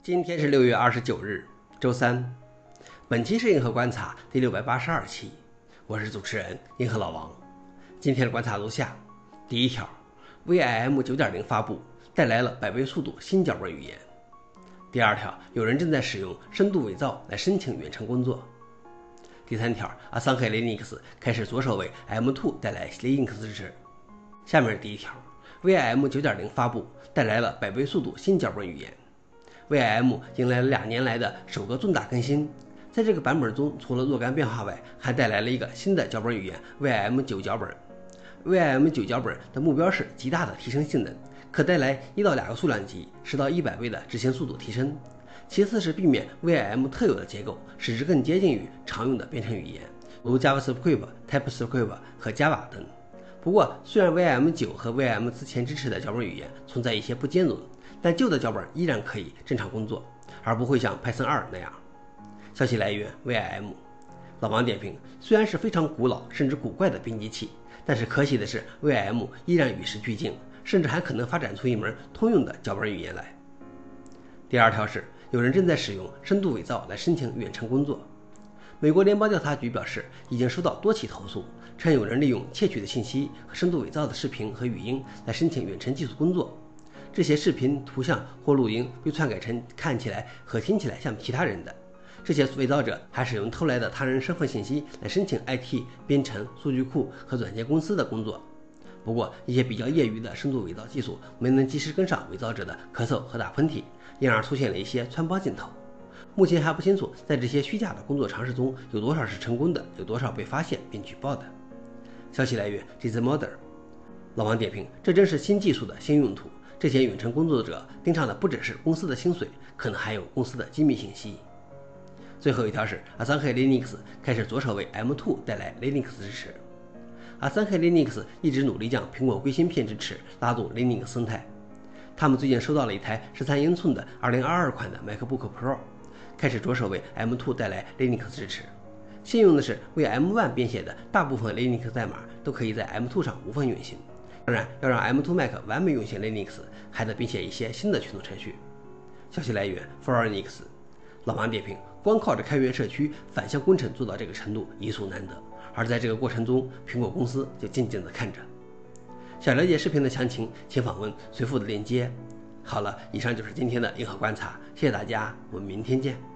今天是6月29日，周三。本期是银河观察第682期，我是主持人银河老王。今天的观察如下：第一条 ，VIM 9.0 发布，带来了100倍速度新脚本语言。第二条，有人正在使用深度伪造来申请远程工作。第三条，阿桑黑 Linux 开始着手为 M2 带来 Linux 支持。下面是第一条 ，VIM 9.0 发布，带来了100倍速度新脚本语言。VIM 迎来了2年来的首个重大更新，在这个版本中，除了若干变化外，还带来了一个新的脚本语言 VIM 9脚本。VIM 9脚本的目标是极大的提升性能，可带来1到2个数量级10到100倍的执行速度提升。其次是避免 VIM 特有的结构，使之更接近于常用的编程语言，如 JavaScript、TypeScript 和 Java 等。不过，虽然 VIM 9和 VIM 之前支持的脚本语言存在一些不兼容，但旧的脚本依然可以正常工作，而不会像 Python 2那样。消息来源 VIM。老王点评：虽然是非常古老甚至古怪的编辑器，但是可喜的是 VIM 依然与时俱进，甚至还可能发展出一门通用的脚本语言来。第二条是，有人正在使用深度伪造来申请远程工作。美国联邦调查局表示，已经收到多起投诉，称有人利用窃取的信息和深度伪造的视频和语音来申请远程技术工作。这些视频、图像或录音被篡改成看起来和听起来像其他人的。这些伪造者还使用偷来的他人身份信息来申请 IT、编程、数据库和软件公司的工作。不过，一些比较业余的深度伪造技术没能及时跟上伪造者的咳嗽和打喷嚏，因而出现了一些穿帮镜头。目前还不清楚，在这些虚假的工作尝试中，有多少是成功的，有多少被发现并举报的。消息来源 Gizmodo。老王点评：这真是新技术的新用途。这些远程工作者盯上的不只是公司的薪水，可能还有公司的机密信息。最后一条是，阿桑黑 Linux 开始着手为 M2 带来 Linux 支持。阿桑黑 Linux 一直努力将苹果硅芯片支持拉入 Linux 生态。他们最近收到了一台13英寸的2022款的 MacBook Pro， 开始着手为 M2 带来 Linux 支持。现用的是为 M1 编写的大部分 Linux 代码都可以在 M2 上无缝运行。当然，要让 M2 Mac 完美运行 Linux， 还得编写一些新的驱动程序。消息来源 4Linux。老王点评：光靠着开源社区反向工程做到这个程度，一数难得。而在这个过程中，苹果公司就静静地看着。想了解视频的详情，请访问随附的链接。好了，以上就是今天的银河观察，谢谢大家，我们明天见。